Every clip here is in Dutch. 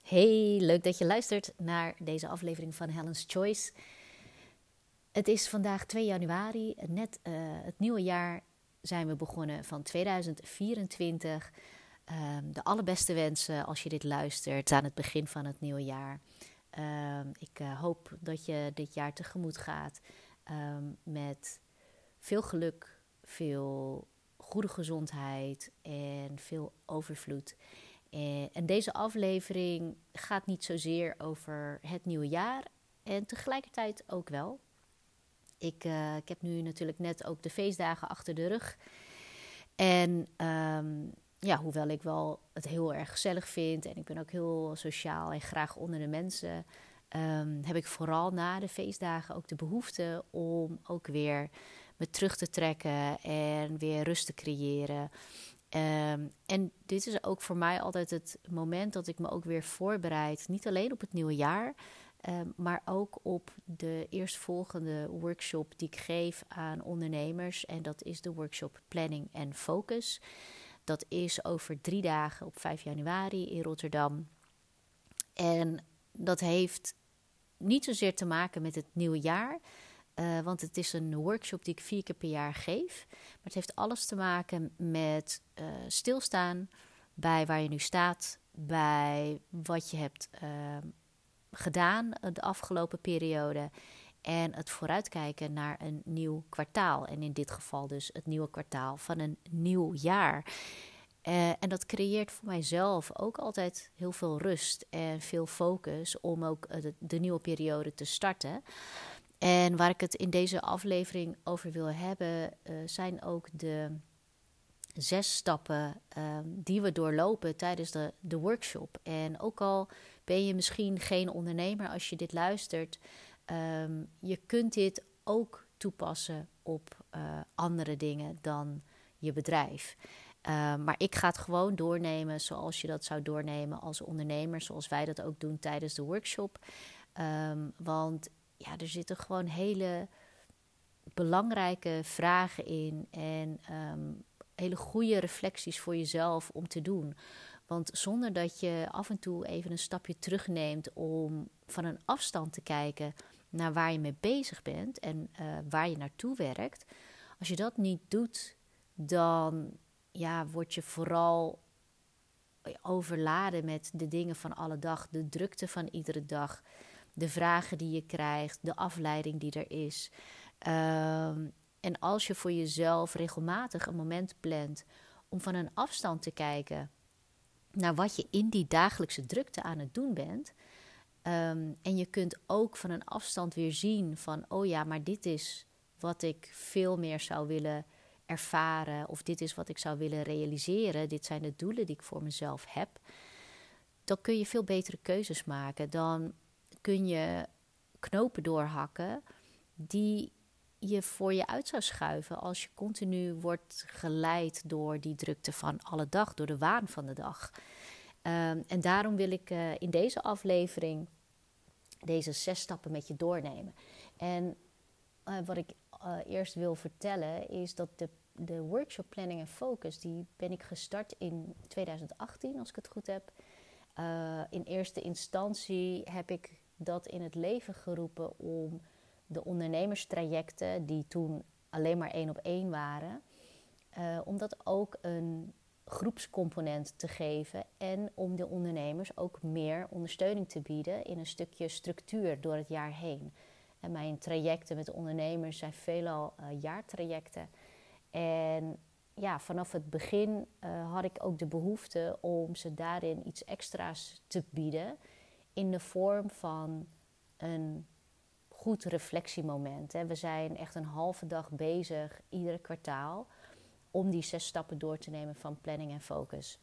Hey, leuk dat je luistert naar deze aflevering van Helen's Choice. Het is vandaag 2 januari, net het nieuwe jaar zijn we begonnen van 2024. De allerbeste wensen als je dit luistert aan het begin van het nieuwe jaar. Ik hoop dat je dit jaar tegemoet gaat met veel geluk, veel goede gezondheid en veel overvloed. En deze aflevering gaat niet zozeer over het nieuwe jaar en tegelijkertijd ook wel. Ik heb nu natuurlijk net ook de feestdagen achter de rug. En hoewel ik wel het heel erg gezellig vind en ik ben ook heel sociaal en graag onder de mensen, heb ik vooral na de feestdagen ook de behoefte om ook weer me terug te trekken en weer rust te creëren. En dit is ook voor mij altijd het moment dat ik me ook weer voorbereid. Niet alleen op het nieuwe jaar, maar ook op de eerstvolgende workshop die ik geef aan ondernemers. En dat is de workshop Planning en Focus. Dat is over 3 dagen op 5 januari in Rotterdam. En dat heeft niet zozeer te maken met het nieuwe jaar. Want het is een workshop die ik 4 keer per jaar geef. Maar het heeft alles te maken met stilstaan bij waar je nu staat. Bij wat je hebt gedaan de afgelopen periode. En het vooruitkijken naar een nieuw kwartaal. En in dit geval dus het nieuwe kwartaal van een nieuw jaar. En dat creëert voor mijzelf ook altijd heel veel rust en veel focus om ook de nieuwe periode te starten. En waar ik het in deze aflevering over wil hebben, zijn ook de 6 stappen die we doorlopen tijdens de workshop. En ook al ben je misschien geen ondernemer als je dit luistert, je kunt dit ook toepassen op andere dingen dan je bedrijf. Maar ik ga het gewoon doornemen zoals je dat zou doornemen als ondernemer, zoals wij dat ook doen tijdens de workshop. Want ja, er zitten gewoon hele belangrijke vragen in en hele goede reflecties voor jezelf om te doen. Want zonder dat je af en toe even een stapje terugneemt om van een afstand te kijken naar waar je mee bezig bent en waar je naartoe werkt. Als je dat niet doet, dan word je vooral overladen met de dingen van alle dag, de drukte van iedere dag, de vragen die je krijgt, de afleiding die er is. En als je voor jezelf regelmatig een moment plant om van een afstand te kijken naar wat je in die dagelijkse drukte aan het doen bent. En je kunt ook van een afstand weer zien van, oh ja, maar dit is wat ik veel meer zou willen ervaren. Of dit is wat ik zou willen realiseren. Dit zijn de doelen die ik voor mezelf heb. Dan kun je veel betere keuzes maken. Dan kun je knopen doorhakken die je voor je uit zou schuiven als je continu wordt geleid door die drukte van alle dag, door de waan van de dag. En daarom wil ik in deze aflevering deze 6 stappen met je doornemen. En wat ik eerst wil vertellen is dat de workshop Planning en Focus, die ben ik gestart in 2018, als ik het goed heb. In eerste instantie heb ik dat in het leven geroepen om de ondernemerstrajecten, die toen alleen maar 1-op-1 waren, om dat ook een groepscomponent te geven en om de ondernemers ook meer ondersteuning te bieden in een stukje structuur door het jaar heen. En mijn trajecten met ondernemers zijn veelal jaartrajecten. En ja, vanaf het begin had ik ook de behoefte om ze daarin iets extra's te bieden in de vorm van een goed reflectiemoment. We zijn echt een halve dag bezig, ieder kwartaal, om die 6 stappen door te nemen van planning en focus.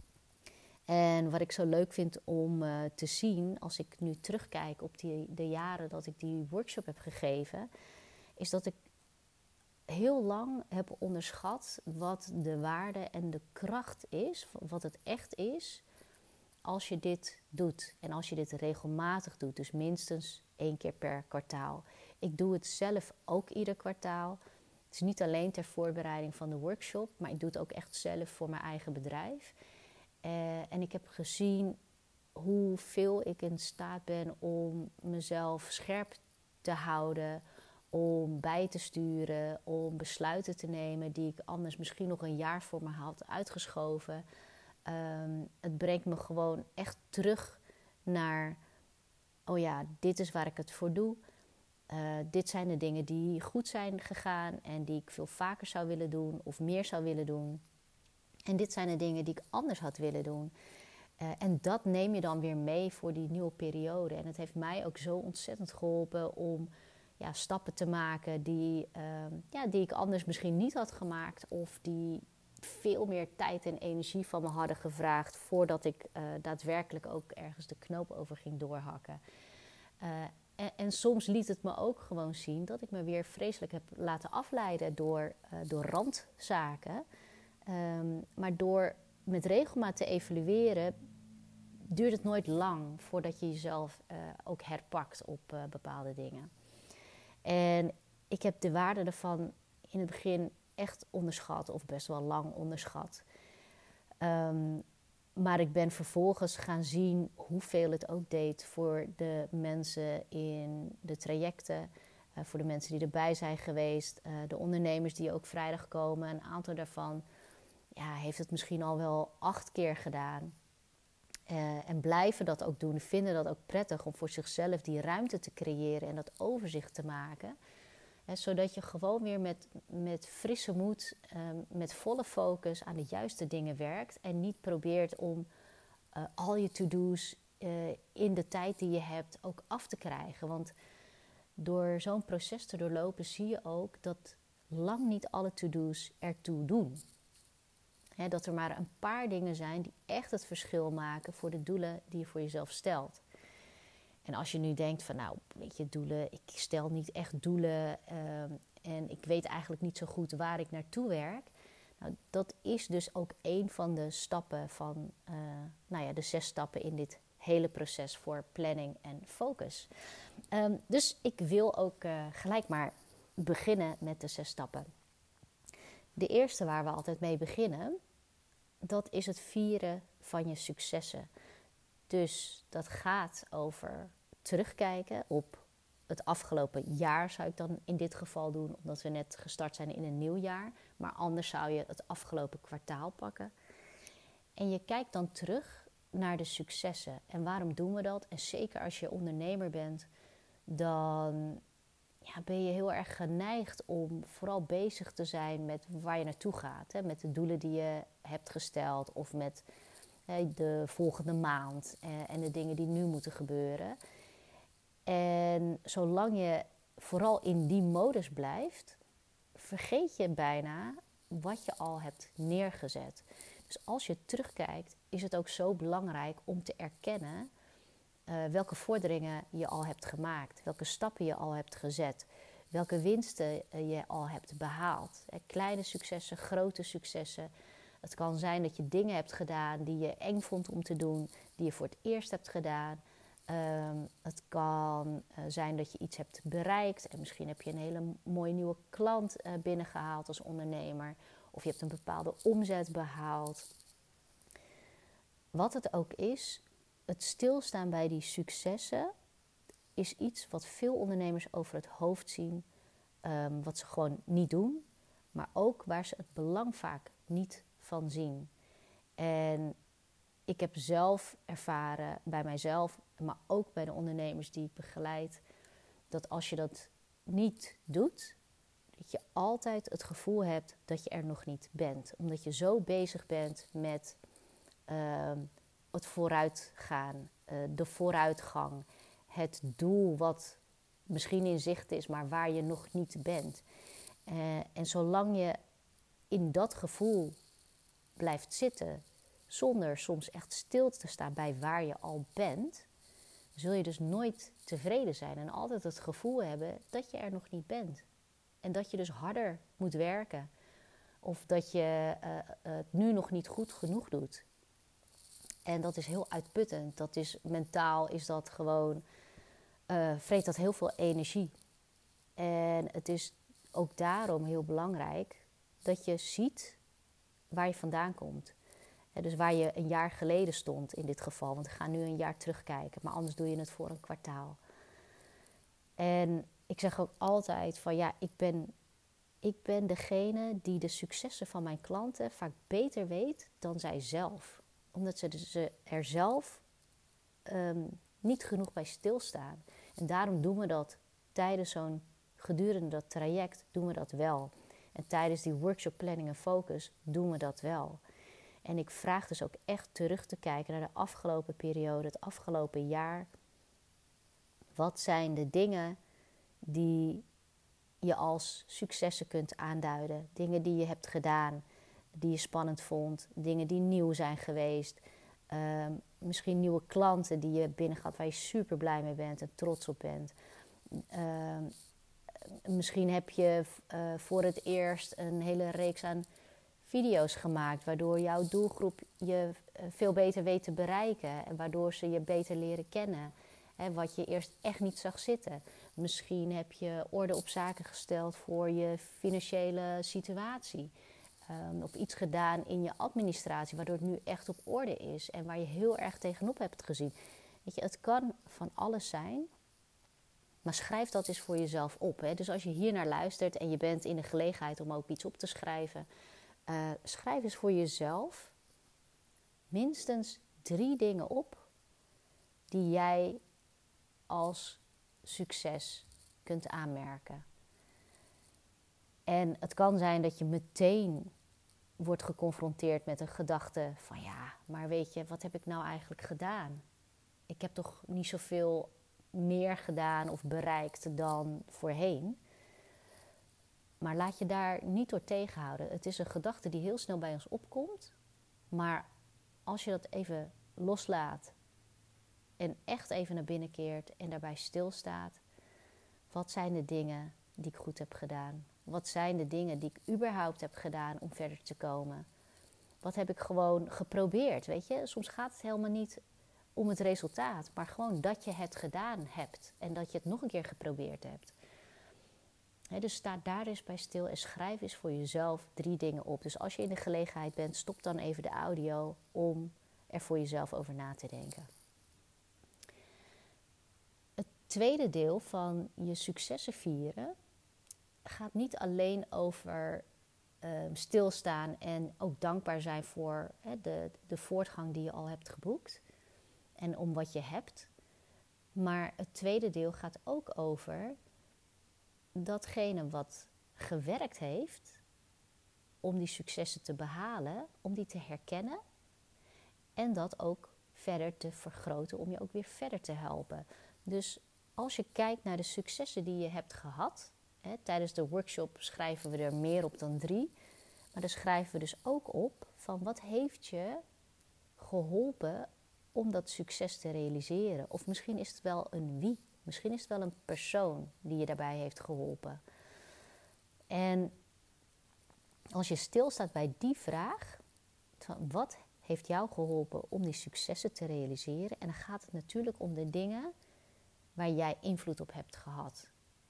En wat ik zo leuk vind om te zien, als ik nu terugkijk op de jaren dat ik die workshop heb gegeven, is dat ik heel lang heb onderschat wat de waarde en de kracht is, wat het echt is, als je dit doet. En als je dit regelmatig doet, dus minstens 1 keer per kwartaal. Ik doe het zelf ook ieder kwartaal. Het is niet alleen ter voorbereiding van de workshop, maar ik doe het ook echt zelf voor mijn eigen bedrijf. En ik heb gezien hoeveel ik in staat ben om mezelf scherp te houden, om bij te sturen, om besluiten te nemen die ik anders misschien nog een jaar voor me had uitgeschoven. Het brengt me gewoon echt terug naar, oh ja, dit is waar ik het voor doe. Dit zijn de dingen die goed zijn gegaan en die ik veel vaker zou willen doen of meer zou willen doen. En dit zijn de dingen die ik anders had willen doen. En dat neem je dan weer mee voor die nieuwe periode. En het heeft mij ook zo ontzettend geholpen om stappen te maken die ik anders misschien niet had gemaakt. Of die veel meer tijd en energie van me hadden gevraagd voordat ik daadwerkelijk ook ergens de knoop over ging doorhakken. En soms liet het me ook gewoon zien dat ik me weer vreselijk heb laten afleiden door randzaken. Maar door met regelmaat te evalueren, duurt het nooit lang voordat je jezelf ook herpakt op bepaalde dingen. En ik heb de waarde ervan in het begin echt onderschat, of best wel lang onderschat. Maar ik ben vervolgens gaan zien hoeveel het ook deed voor de mensen in de trajecten, voor de mensen die erbij zijn geweest, de ondernemers die ook vrijdag komen. Een aantal daarvan heeft het misschien al wel 8 keer gedaan. En blijven dat ook doen, vinden dat ook prettig om voor zichzelf die ruimte te creëren en dat overzicht te maken. Zodat je gewoon weer met frisse moed, met volle focus aan de juiste dingen werkt. En niet probeert om al je to-do's in de tijd die je hebt ook af te krijgen. Want door zo'n proces te doorlopen zie je ook dat lang niet alle to-do's ertoe doen. Dat er maar een paar dingen zijn die echt het verschil maken voor de doelen die je voor jezelf stelt. En als je nu denkt van doelen, ik stel niet echt doelen en ik weet eigenlijk niet zo goed waar ik naartoe werk. Nou, dat is dus ook een van de stappen van de 6 stappen in dit hele proces voor planning en focus. Dus ik wil ook gelijk maar beginnen met de 6 stappen. De eerste waar we altijd mee beginnen, dat is het vieren van je successen. Dus dat gaat over terugkijken op het afgelopen jaar, zou ik dan in dit geval doen, omdat we net gestart zijn in een nieuw jaar. Maar anders zou je het afgelopen kwartaal pakken. En je kijkt dan terug naar de successen. En waarom doen we dat? En zeker als je ondernemer bent, dan ben je heel erg geneigd om vooral bezig te zijn met waar je naartoe gaat. Hè? Met de doelen die je hebt gesteld of met de volgende maand en de dingen die nu moeten gebeuren. En zolang je vooral in die modus blijft, vergeet je bijna wat je al hebt neergezet. Dus als je terugkijkt, is het ook zo belangrijk om te erkennen welke vorderingen je al hebt gemaakt, welke stappen je al hebt gezet, welke winsten je al hebt behaald. Kleine successen, grote successen. Het kan zijn dat je dingen hebt gedaan die je eng vond om te doen, die je voor het eerst hebt gedaan. Het kan zijn dat je iets hebt bereikt en misschien heb je een hele mooie nieuwe klant binnengehaald als ondernemer. Of je hebt een bepaalde omzet behaald. Wat het ook is, het stilstaan bij die successen is iets wat veel ondernemers over het hoofd zien. Wat ze gewoon niet doen, maar ook waar ze het belang vaak niet van zien. En ik heb zelf ervaren bij mijzelf, maar ook bij de ondernemers die ik begeleid, dat als je dat niet doet, dat je altijd het gevoel hebt dat je er nog niet bent. Omdat je zo bezig bent met het vooruitgaan, de vooruitgang, het doel wat misschien in zicht is, maar waar je nog niet bent. En zolang je in dat gevoel blijft zitten, zonder soms echt stil te staan bij waar je al bent, zul je dus nooit tevreden zijn en altijd het gevoel hebben dat je er nog niet bent. En dat je dus harder moet werken. Of dat je het nu nog niet goed genoeg doet. En dat is heel uitputtend. Dat is mentaal, is dat gewoon, vreet dat heel veel energie. En het is ook daarom heel belangrijk dat je ziet waar je vandaan komt. Dus waar je een jaar geleden stond in dit geval. Want we gaan nu een jaar terugkijken. Maar anders doe je het voor een kwartaal. En ik zeg ook altijd van ja, ik ben degene die de successen van mijn klanten vaak beter weet dan zij zelf. Omdat ze er zelf niet genoeg bij stilstaan. En daarom doen we dat tijdens gedurende dat traject doen we dat wel. En tijdens die workshop planning en focus doen we dat wel. En ik vraag dus ook echt terug te kijken naar de afgelopen periode, het afgelopen jaar. Wat zijn de dingen die je als successen kunt aanduiden? Dingen die je hebt gedaan, die je spannend vond. Dingen die nieuw zijn geweest. Misschien nieuwe klanten die je binnengaat waar je super blij mee bent en trots op bent. Misschien heb je voor het eerst een hele reeks aan video's gemaakt, waardoor jouw doelgroep je veel beter weet te bereiken en waardoor ze je beter leren kennen. Wat je eerst echt niet zag zitten. Misschien heb je orde op zaken gesteld voor je financiële situatie. Of iets gedaan in je administratie, waardoor het nu echt op orde is en waar je heel erg tegenop hebt gezien. Weet je, het kan van alles zijn, maar schrijf dat eens voor jezelf op. Dus als je hier naar luistert en je bent in de gelegenheid om ook iets op te schrijven, schrijf eens voor jezelf minstens 3 dingen op die jij als succes kunt aanmerken. En het kan zijn dat je meteen wordt geconfronteerd met een gedachte van ja, maar weet je, wat heb ik nou eigenlijk gedaan? Ik heb toch niet zoveel meer gedaan of bereikt dan voorheen. Maar laat je daar niet door tegenhouden. Het is een gedachte die heel snel bij ons opkomt. Maar als je dat even loslaat en echt even naar binnen keert en daarbij stilstaat. Wat zijn de dingen die ik goed heb gedaan? Wat zijn de dingen die ik überhaupt heb gedaan om verder te komen? Wat heb ik gewoon geprobeerd, weet je? Soms gaat het helemaal niet om het resultaat, maar gewoon dat je het gedaan hebt en dat je het nog een keer geprobeerd hebt. Dus sta daar eens bij stil en schrijf eens voor jezelf 3 dingen op. Dus als je in de gelegenheid bent, stop dan even de audio om er voor jezelf over na te denken. Het tweede deel van je successen vieren gaat niet alleen over stilstaan en ook dankbaar zijn voor de voortgang die je al hebt geboekt en om wat je hebt. Maar het tweede deel gaat ook over datgene wat gewerkt heeft om die successen te behalen, om die te herkennen en dat ook verder te vergroten om je ook weer verder te helpen. Dus als je kijkt naar de successen die je hebt gehad, tijdens de workshop schrijven we er meer op dan 3, maar dan schrijven we dus ook op van wat heeft je geholpen om dat succes te realiseren. Of misschien is het wel een wie. Misschien is het wel een persoon die je daarbij heeft geholpen. En als je stilstaat bij die vraag, van wat heeft jou geholpen om die successen te realiseren? En dan gaat het natuurlijk om de dingen waar jij invloed op hebt gehad.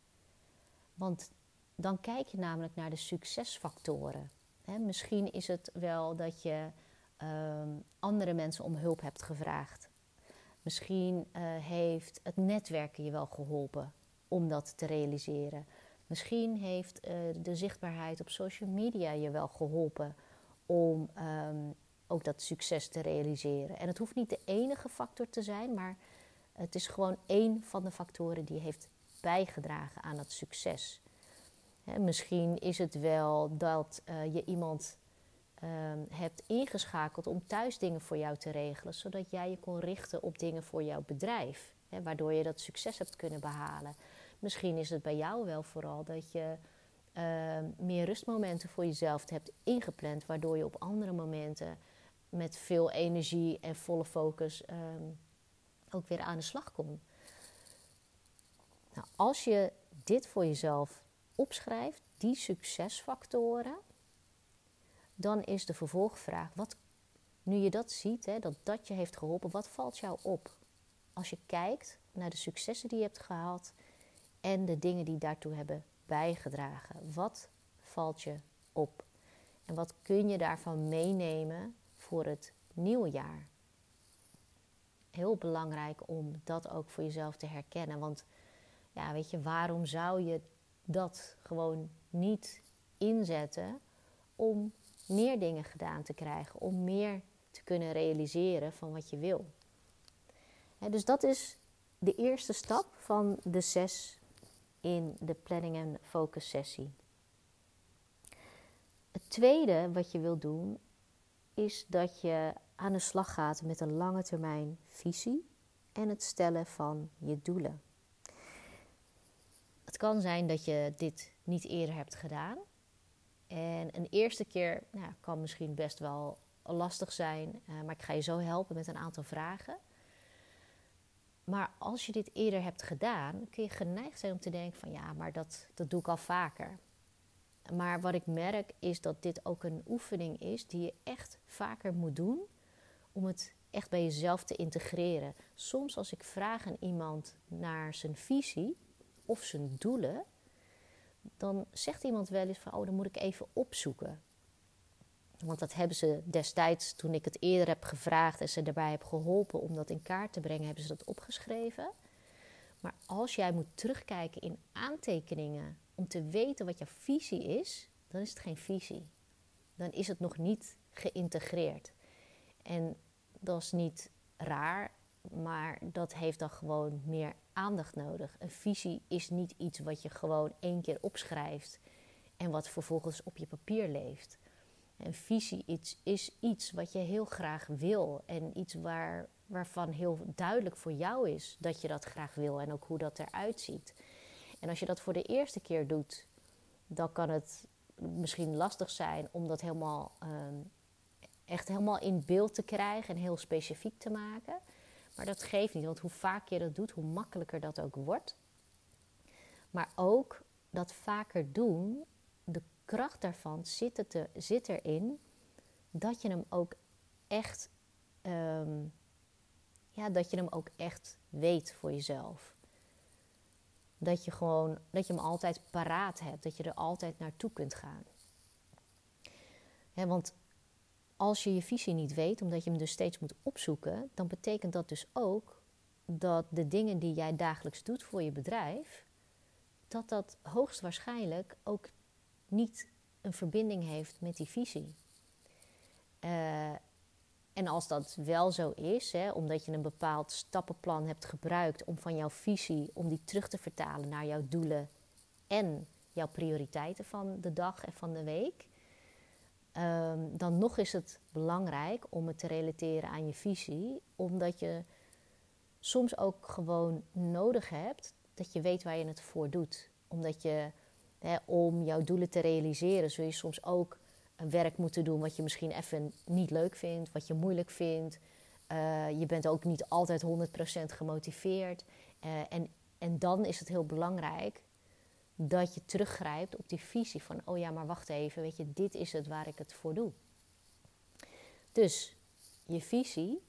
Want dan kijk je namelijk naar de succesfactoren. Misschien is het wel dat je andere mensen om hulp hebt gevraagd. Misschien heeft het netwerken je wel geholpen om dat te realiseren. Misschien heeft de zichtbaarheid op social media je wel geholpen om ook dat succes te realiseren. En het hoeft niet de enige factor te zijn, maar het is gewoon 1 van de factoren die heeft bijgedragen aan dat succes. Misschien is het wel dat je iemand hebt ingeschakeld om thuis dingen voor jou te regelen, zodat jij je kon richten op dingen voor jouw bedrijf, waardoor je dat succes hebt kunnen behalen. Misschien is het bij jou wel vooral dat je meer rustmomenten voor jezelf hebt ingepland, waardoor je op andere momenten met veel energie en volle focus ook weer aan de slag kon. Nou, als je dit voor jezelf opschrijft, die succesfactoren, dan is de vervolgvraag, nu je dat ziet, dat je heeft geholpen, wat valt jou op? Als je kijkt naar de successen die je hebt gehad en de dingen die daartoe hebben bijgedragen. Wat valt je op? En wat kun je daarvan meenemen voor het nieuwe jaar. Heel belangrijk om dat ook voor jezelf te herkennen. Want ja, weet je, waarom zou je dat gewoon niet inzetten om meer dingen gedaan te krijgen, om meer te kunnen realiseren van wat je wil? Dus dat is de eerste stap van de 6 in de planning en focus sessie. Het tweede wat je wil doen is dat je aan de slag gaat met een lange termijn visie en het stellen van je doelen. Het kan zijn dat je dit niet eerder hebt gedaan. En een eerste keer kan misschien best wel lastig zijn, maar ik ga je zo helpen met een aantal vragen. Maar als je dit eerder hebt gedaan, kun je geneigd zijn om te denken van ja, maar dat doe ik al vaker. Maar wat ik merk is dat dit ook een oefening is die je echt vaker moet doen om het echt bij jezelf te integreren. Soms als ik vraag aan iemand naar zijn visie of zijn doelen, dan zegt iemand wel eens van dan moet ik even opzoeken. Want dat hebben ze destijds, toen ik het eerder heb gevraagd en ze daarbij heb geholpen om dat in kaart te brengen, hebben ze dat opgeschreven. Maar als jij moet terugkijken in aantekeningen om te weten wat jouw visie is, dan is het geen visie. Dan is het nog niet geïntegreerd. En dat is niet raar, maar dat heeft dan gewoon meer aandacht nodig. Een visie is niet iets wat je gewoon 1 keer opschrijft en wat vervolgens op je papier leeft. Een visie is iets wat je heel graag wil en iets waarvan heel duidelijk voor jou is dat je dat graag wil en ook hoe dat eruit ziet. En als je dat voor de eerste keer doet, dan kan het misschien lastig zijn om dat echt helemaal in beeld te krijgen en heel specifiek te maken. Maar dat geeft niet, want hoe vaak je dat doet, hoe makkelijker dat ook wordt. Maar ook dat vaker doen, de kracht daarvan zit erin dat je hem ook echt, dat je hem ook echt weet voor jezelf. Dat je hem altijd paraat hebt, dat je er altijd naartoe kunt gaan. Want als je je visie niet weet, omdat je hem dus steeds moet opzoeken, dan betekent dat dus ook dat de dingen die jij dagelijks doet voor je bedrijf, dat hoogstwaarschijnlijk ook niet een verbinding heeft met die visie. En als dat wel zo is, omdat je een bepaald stappenplan hebt gebruikt om van jouw visie, om die terug te vertalen naar jouw doelen en jouw prioriteiten van de dag en van de week, dan nog is het belangrijk om het te relateren aan je visie, omdat je soms ook gewoon nodig hebt dat je weet waar je het voor doet. Omdat je, om jouw doelen te realiseren, zul je soms ook een werk moeten doen wat je misschien even niet leuk vindt, wat je moeilijk vindt. Je bent ook niet altijd 100% gemotiveerd. En dan is het heel belangrijk dat je teruggrijpt op die visie van, oh ja, maar wacht even, weet je, dit is het waar ik het voor doe. Dus je visie,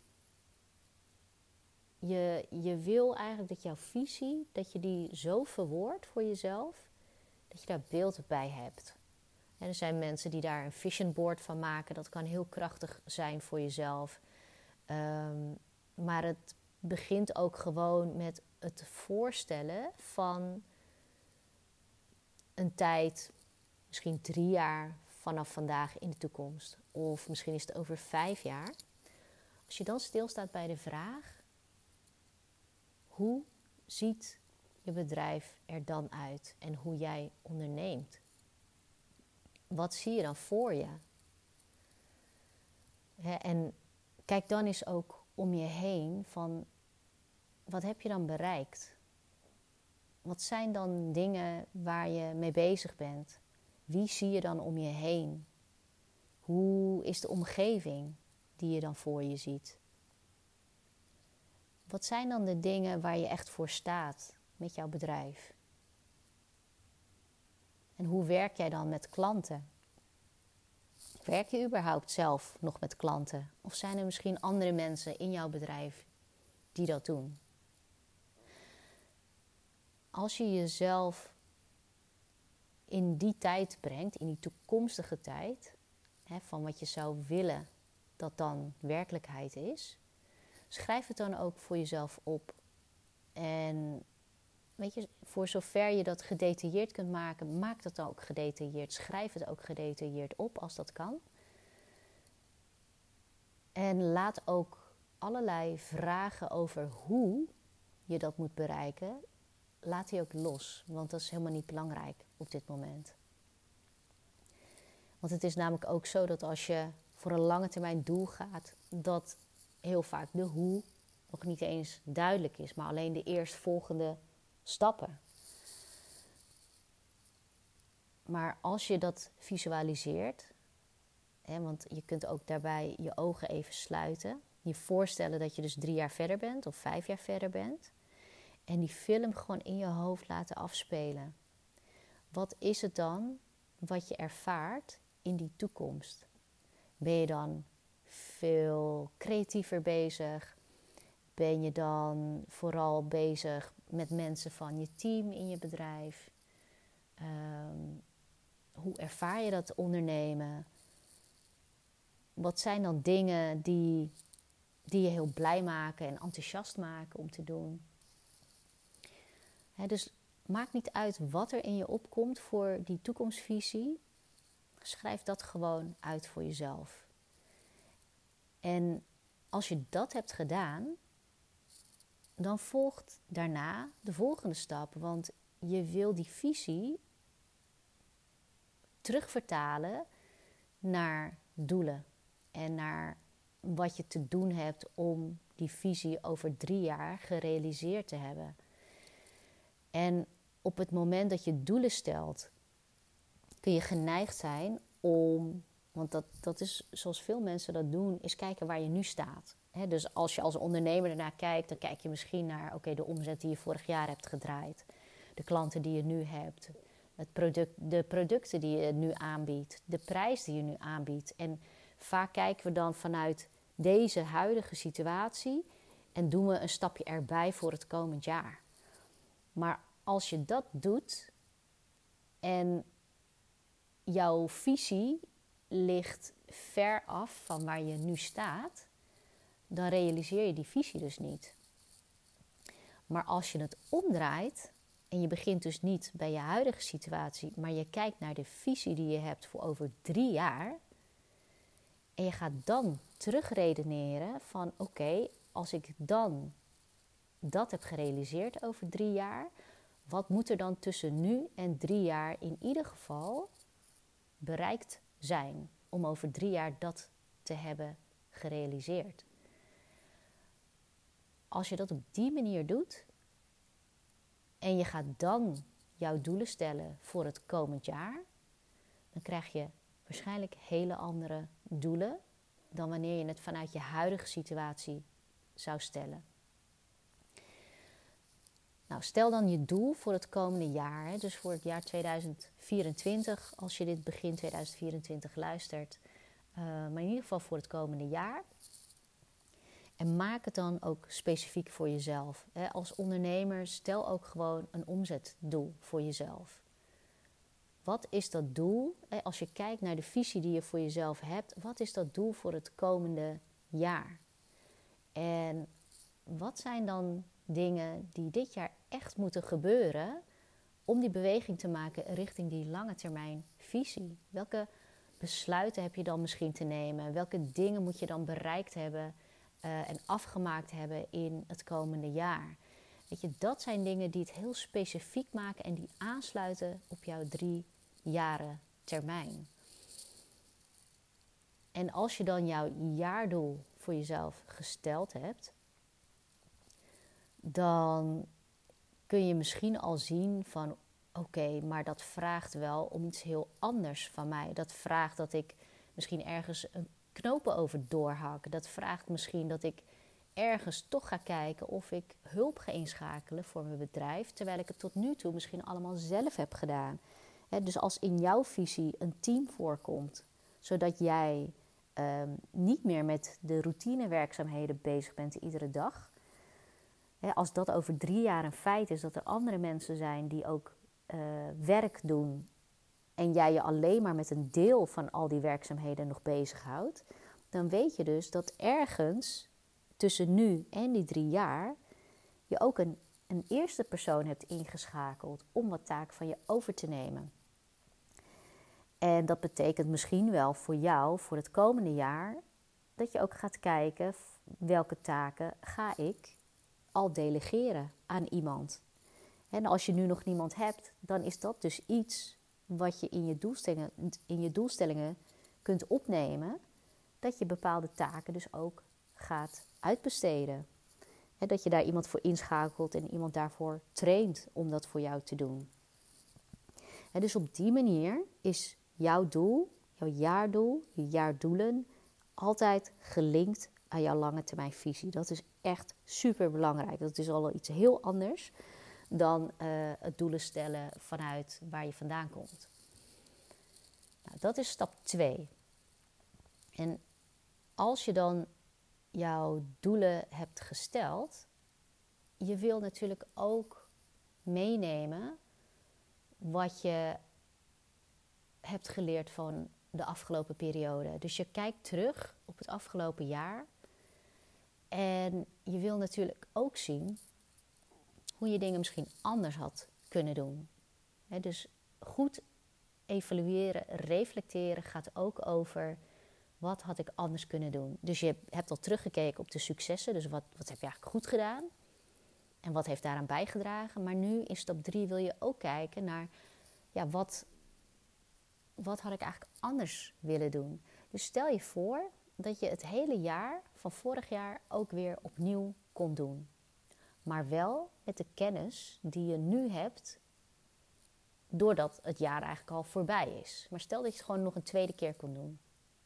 je wil eigenlijk dat jouw visie, dat je die zo verwoordt voor jezelf, dat je daar beeld bij hebt. En er zijn mensen die daar een vision board van maken. Dat kan heel krachtig zijn voor jezelf. Maar het begint ook gewoon met het voorstellen van een tijd, misschien 3 jaar vanaf vandaag in de toekomst. Of misschien is het over 5 jaar. Als je dan stilstaat bij de vraag, hoe ziet je bedrijf er dan uit en hoe jij onderneemt? Wat zie je dan voor je? En kijk dan eens ook om je heen van, wat heb je dan bereikt? Wat zijn dan dingen waar je mee bezig bent? Wie zie je dan om je heen? Hoe is de omgeving die je dan voor je ziet? Wat zijn dan de dingen waar je echt voor staat met jouw bedrijf? En hoe werk jij dan met klanten? Werk je überhaupt zelf nog met klanten? Of zijn er misschien andere mensen in jouw bedrijf die dat doen? Als je jezelf in die tijd brengt, in die toekomstige tijd, van wat je zou willen dat dan werkelijkheid is, schrijf het dan ook voor jezelf op. En weet je, voor zover je dat gedetailleerd kunt maken, maak dat dan ook gedetailleerd. Schrijf het ook gedetailleerd op als dat kan. En laat ook allerlei vragen over hoe je dat moet bereiken, laat die ook los. Want dat is helemaal niet belangrijk op dit moment. Want het is namelijk ook zo dat als je voor een lange termijn doel gaat, dat heel vaak de hoe nog niet eens duidelijk is, maar alleen de eerstvolgende stappen. Maar als je dat visualiseert, want je kunt ook daarbij je ogen even sluiten, je voorstellen dat je dus 3 jaar verder bent of 5 jaar verder bent, en die film gewoon in je hoofd laten afspelen. Wat is het dan wat je ervaart in die toekomst? Ben je dan veel creatiever bezig? Ben je dan vooral bezig met mensen van je team in je bedrijf? Hoe ervaar je dat ondernemen? Wat zijn dan dingen die je heel blij maken en enthousiast maken om te doen? Dus maakt niet uit wat er in je opkomt voor die toekomstvisie. Schrijf dat gewoon uit voor jezelf. En als je dat hebt gedaan, dan volgt daarna de volgende stap. Want je wil die visie terugvertalen naar doelen. En naar wat je te doen hebt om die visie over 3 jaar gerealiseerd te hebben. En op het moment dat je doelen stelt, kun je geneigd zijn om, want dat is zoals veel mensen dat doen, is kijken waar je nu staat. Dus als je als ondernemer ernaar kijkt, dan kijk je misschien naar de omzet die je vorig jaar hebt gedraaid. De klanten die je nu hebt. De producten die je nu aanbiedt. De prijs die je nu aanbiedt. En vaak kijken we dan vanuit deze huidige situatie en doen we een stapje erbij voor het komend jaar. Maar als je dat doet en jouw visie ligt ver af van waar je nu staat, dan realiseer je die visie dus niet. Maar als je het omdraait en je begint dus niet bij je huidige situatie, maar je kijkt naar de visie die je hebt voor over 3 jaar en je gaat dan terugredeneren van als ik dan dat heb gerealiseerd over 3 jaar, wat moet er dan tussen nu en 3 jaar in ieder geval bereikt zijn om over 3 jaar dat te hebben gerealiseerd? Als je dat op die manier doet en je gaat dan jouw doelen stellen voor het komend jaar, dan krijg je waarschijnlijk hele andere doelen dan wanneer je het vanuit je huidige situatie zou stellen. Nou, stel dan je doel voor het komende jaar, dus voor het jaar 2024, als je dit begin 2024 luistert, maar in ieder geval voor het komende jaar. En maak het dan ook specifiek voor jezelf. Als ondernemer stel ook gewoon een omzetdoel voor jezelf. Wat is dat doel? Als je kijkt naar de visie die je voor jezelf hebt, wat is dat doel voor het komende jaar? En wat zijn dan dingen die dit jaar echt moeten gebeuren om die beweging te maken richting die lange termijn visie? Welke besluiten heb je dan misschien te nemen? Welke dingen moet je dan bereikt hebben en afgemaakt hebben in het komende jaar? Weet je, dat zijn dingen die het heel specifiek maken en die aansluiten op jouw 3 jaren termijn. En als je dan jouw jaardoel voor jezelf gesteld hebt, dan kun je misschien al zien van maar dat vraagt wel om iets heel anders van mij. Dat vraagt dat ik misschien ergens een knopen over doorhak. Dat vraagt misschien dat ik ergens toch ga kijken of ik hulp ga inschakelen voor mijn bedrijf, terwijl ik het tot nu toe misschien allemaal zelf heb gedaan. Dus als in jouw visie een team voorkomt, zodat jij niet meer met de routinewerkzaamheden bezig bent iedere dag. Als dat over 3 jaar een feit is, dat er andere mensen zijn die ook werk doen en jij je alleen maar met een deel van al die werkzaamheden nog bezighoudt, dan weet je dus dat ergens tussen nu en die 3 jaar je ook een eerste persoon hebt ingeschakeld om wat taak van je over te nemen. En dat betekent misschien wel voor jou, voor het komende jaar, dat je ook gaat kijken welke taken ga ik al delegeren aan iemand. En als je nu nog niemand hebt, dan is dat dus iets wat je in je doelstellingen kunt opnemen, dat je bepaalde taken dus ook gaat uitbesteden. En dat je daar iemand voor inschakelt en iemand daarvoor traint om dat voor jou te doen. En dus op die manier is jouw doel, jouw jaardoel, je jaardoelen altijd gelinkt aan jouw lange termijn visie. Dat is echt super belangrijk. Dat is al iets heel anders dan het doelen stellen vanuit waar je vandaan komt. Nou, dat is stap 2. En als je dan jouw doelen hebt gesteld, je wil natuurlijk ook meenemen wat je hebt geleerd van de afgelopen periode. Dus je kijkt terug op het afgelopen jaar en je wil natuurlijk ook zien hoe je dingen misschien anders had kunnen doen. Dus goed evalueren, reflecteren gaat ook over wat had ik anders kunnen doen. Dus je hebt al teruggekeken op de successen, dus wat heb je eigenlijk goed gedaan en wat heeft daaraan bijgedragen. Maar nu in stap 3 wil je ook kijken naar wat had ik eigenlijk anders willen doen. Dus stel je voor dat je het hele jaar van vorig jaar ook weer opnieuw kon doen. Maar wel met de kennis die je nu hebt, doordat het jaar eigenlijk al voorbij is. Maar stel dat je het gewoon nog een tweede keer kon doen.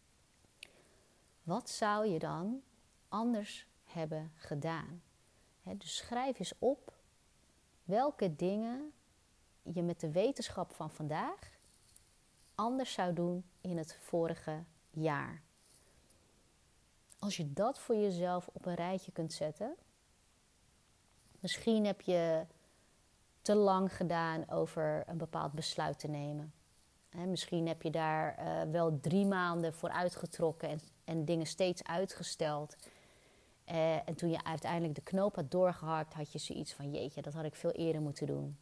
Wat zou je dan anders hebben gedaan? Dus schrijf eens op welke dingen je met de wetenschap van vandaag anders zou doen in het vorige jaar. Als je dat voor jezelf op een rijtje kunt zetten. Misschien heb je te lang gedaan over een bepaald besluit te nemen. Misschien heb je daar wel 3 maanden voor uitgetrokken en dingen steeds uitgesteld. En toen je uiteindelijk de knoop had doorgehakt, had je zoiets van jeetje, dat had ik veel eerder moeten doen.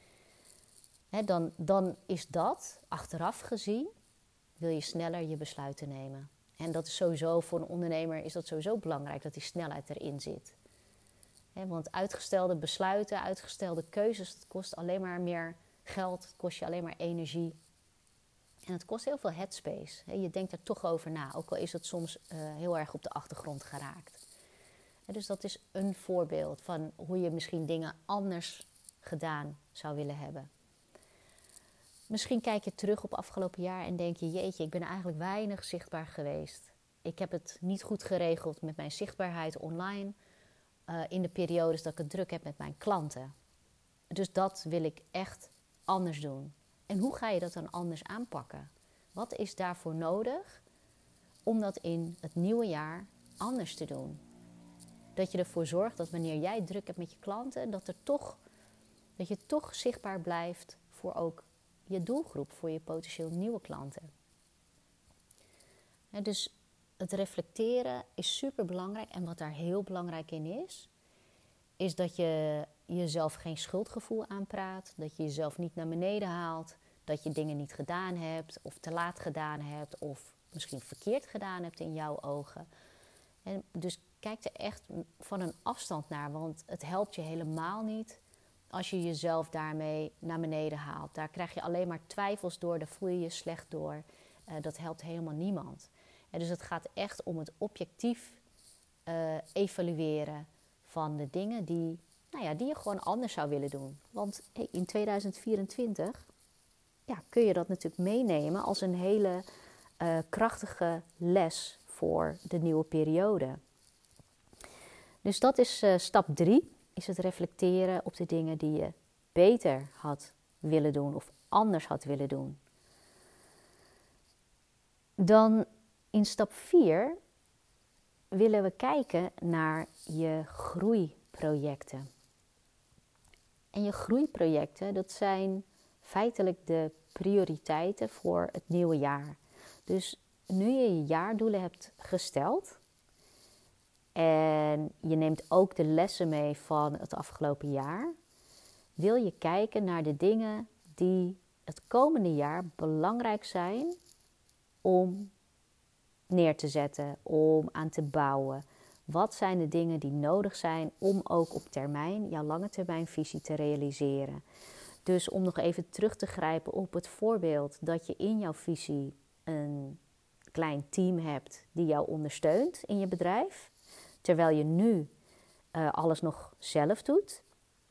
Dan is dat, achteraf gezien, wil je sneller je besluiten nemen. En dat is sowieso, voor een ondernemer is dat sowieso belangrijk, dat die snelheid erin zit. Want uitgestelde besluiten, uitgestelde keuzes, dat kost alleen maar meer geld, het kost je alleen maar energie. En het kost heel veel headspace. Je denkt er toch over na, ook al is het soms heel erg op de achtergrond geraakt. Dus dat is een voorbeeld van hoe je misschien dingen anders gedaan zou willen hebben. Misschien kijk je terug op afgelopen jaar en denk je, jeetje, ik ben eigenlijk weinig zichtbaar geweest. Ik heb het niet goed geregeld met mijn zichtbaarheid online in de periodes dat ik het druk heb met mijn klanten. Dus dat wil ik echt anders doen. En hoe ga je dat dan anders aanpakken? Wat is daarvoor nodig om dat in het nieuwe jaar anders te doen? Dat je ervoor zorgt dat wanneer jij druk hebt met je klanten, dat je toch zichtbaar blijft voor ook je doelgroep, voor je potentieel nieuwe klanten. Dus het reflecteren is super belangrijk. En wat daar heel belangrijk in is dat je jezelf geen schuldgevoel aanpraat. Dat je jezelf niet naar beneden haalt. Dat je dingen niet gedaan hebt of te laat gedaan hebt of misschien verkeerd gedaan hebt in jouw ogen. En dus kijk er echt van een afstand naar, want het helpt je helemaal niet als je jezelf daarmee naar beneden haalt. Daar krijg je alleen maar twijfels door, daar voel je je slecht door. Dat helpt helemaal niemand. Dus het gaat echt om het objectief evalueren van de dingen die je gewoon anders zou willen doen. Want in 2024 kun je dat natuurlijk meenemen als een hele krachtige les voor de nieuwe periode. Dus dat is stap 3, is het reflecteren op de dingen die je beter had willen doen of anders had willen doen. Dan in stap 4 willen we kijken naar je groeiprojecten. En je groeiprojecten, dat zijn feitelijk de prioriteiten voor het nieuwe jaar. Dus nu je je jaardoelen hebt gesteld en je neemt ook de lessen mee van het afgelopen jaar, wil je kijken naar de dingen die het komende jaar belangrijk zijn om neer te zetten, om aan te bouwen. Wat zijn de dingen die nodig zijn om ook op termijn jouw lange termijn visie te realiseren? Dus om nog even terug te grijpen op het voorbeeld dat je in jouw visie een klein team hebt die jou ondersteunt in je bedrijf, terwijl je nu alles nog zelf doet,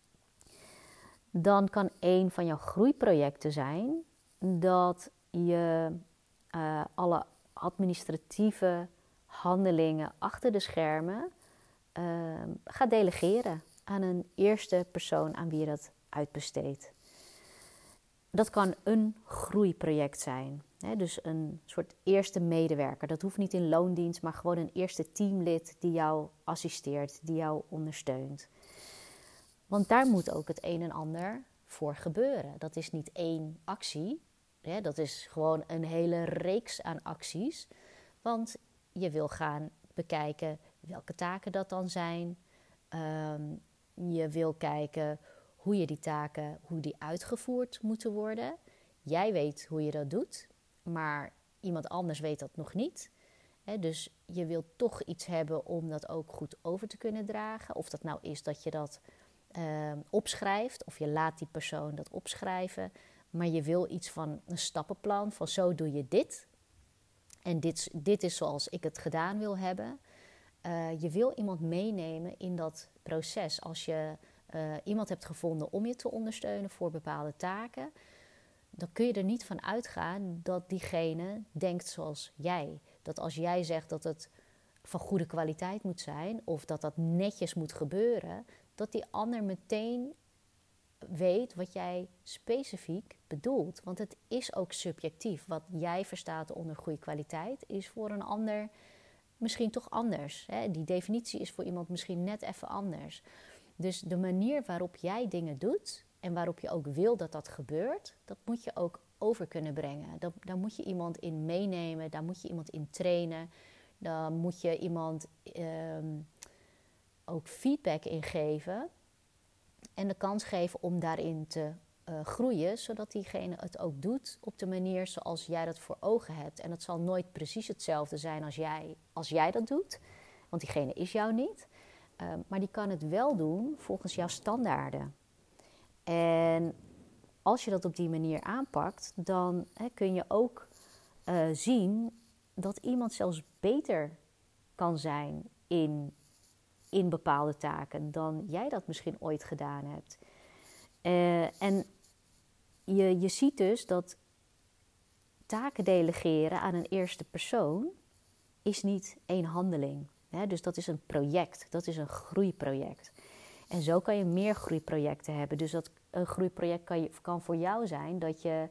dan kan een van jouw groeiprojecten zijn dat je alle administratieve handelingen achter de schermen gaat delegeren aan een eerste persoon aan wie je dat uitbesteedt. Dat kan een groeiproject zijn. Hè? Dus een soort eerste medewerker. Dat hoeft niet in loondienst, maar gewoon een eerste teamlid die jou assisteert, die jou ondersteunt. Want daar moet ook het een en ander voor gebeuren. Dat is niet één actie. Hè? Dat is gewoon een hele reeks aan acties. Want je wil gaan bekijken welke taken dat dan zijn. Je wil kijken hoe je die taken, hoe die uitgevoerd moeten worden. Jij weet hoe je dat doet, maar iemand anders weet dat nog niet. Dus je wilt toch iets hebben om dat ook goed over te kunnen dragen. Of dat nou is dat je dat opschrijft, of je laat die persoon dat opschrijven. Maar je wil iets van een stappenplan, van zo doe je dit. En dit is zoals ik het gedaan wil hebben. Je wil iemand meenemen in dat proces. Als je iemand hebt gevonden om je te ondersteunen voor bepaalde taken, dan kun je er niet van uitgaan dat diegene denkt zoals jij. Dat als jij zegt dat het van goede kwaliteit moet zijn of dat dat netjes moet gebeuren, dat die ander meteen weet wat jij specifiek bedoelt. Want het is ook subjectief. Wat jij verstaat onder goede kwaliteit is voor een ander misschien toch anders. Hè? Die definitie is voor iemand misschien net even anders. Dus de manier waarop jij dingen doet en waarop je ook wil dat dat gebeurt, dat moet je ook over kunnen brengen. Daar moet je iemand in meenemen, daar moet je iemand in trainen. Daar moet je iemand ook feedback in geven en de kans geven om daarin te groeien, zodat diegene het ook doet op de manier zoals jij dat voor ogen hebt. En het zal nooit precies hetzelfde zijn als jij dat doet, want diegene is jou niet. Maar die kan het wel doen volgens jouw standaarden. En als je dat op die manier aanpakt, dan kun je ook zien dat iemand zelfs beter kan zijn in bepaalde taken dan jij dat misschien ooit gedaan hebt. En je ziet dus dat taken delegeren aan een eerste persoon is niet één handeling. Dus dat is een project, dat is een groeiproject. En zo kan je meer groeiprojecten hebben. Dus een groeiproject kan voor jou zijn dat je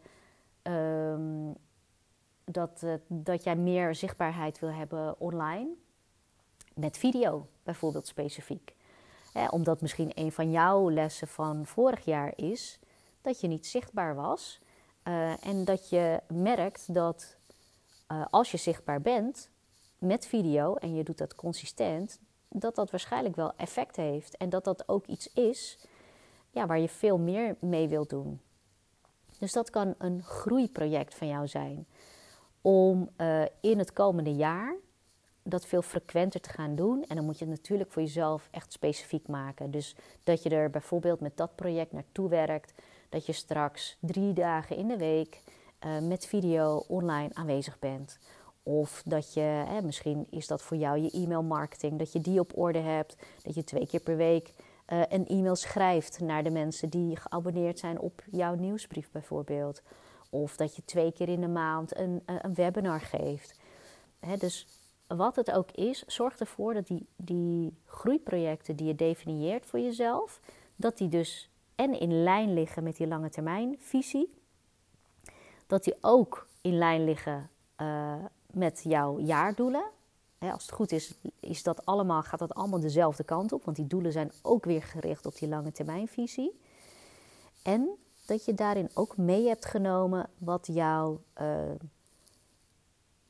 dat jij meer zichtbaarheid wil hebben online. Met video bijvoorbeeld specifiek. Omdat misschien een van jouw lessen van vorig jaar is dat je niet zichtbaar was. En dat je merkt dat als je zichtbaar bent met video en je doet dat consistent, dat dat waarschijnlijk wel effect heeft. En dat dat ook iets is waar je veel meer mee wilt doen. Dus dat kan een groeiproject van jou zijn. Om in het komende jaar dat veel frequenter te gaan doen. En dan moet je het natuurlijk voor jezelf echt specifiek maken. Dus dat je er bijvoorbeeld met dat project naartoe werkt. Dat je straks 3 dagen in de week met video online aanwezig bent. Of dat je, misschien is dat voor jou je e-mailmarketing, dat je die op orde hebt. Dat je 2 keer per week een e-mail schrijft naar de mensen die geabonneerd zijn op jouw nieuwsbrief bijvoorbeeld. Of dat je 2 keer in de maand een webinar geeft. Dus wat het ook is, zorg ervoor dat die groeiprojecten die je definieert voor jezelf, dat die dus en in lijn liggen met die lange termijn visie. Dat die ook in lijn liggen met jouw jaardoelen. Als het goed is, gaat dat allemaal dezelfde kant op. Want die doelen zijn ook weer gericht op die lange termijn visie. En dat je daarin ook mee hebt genomen wat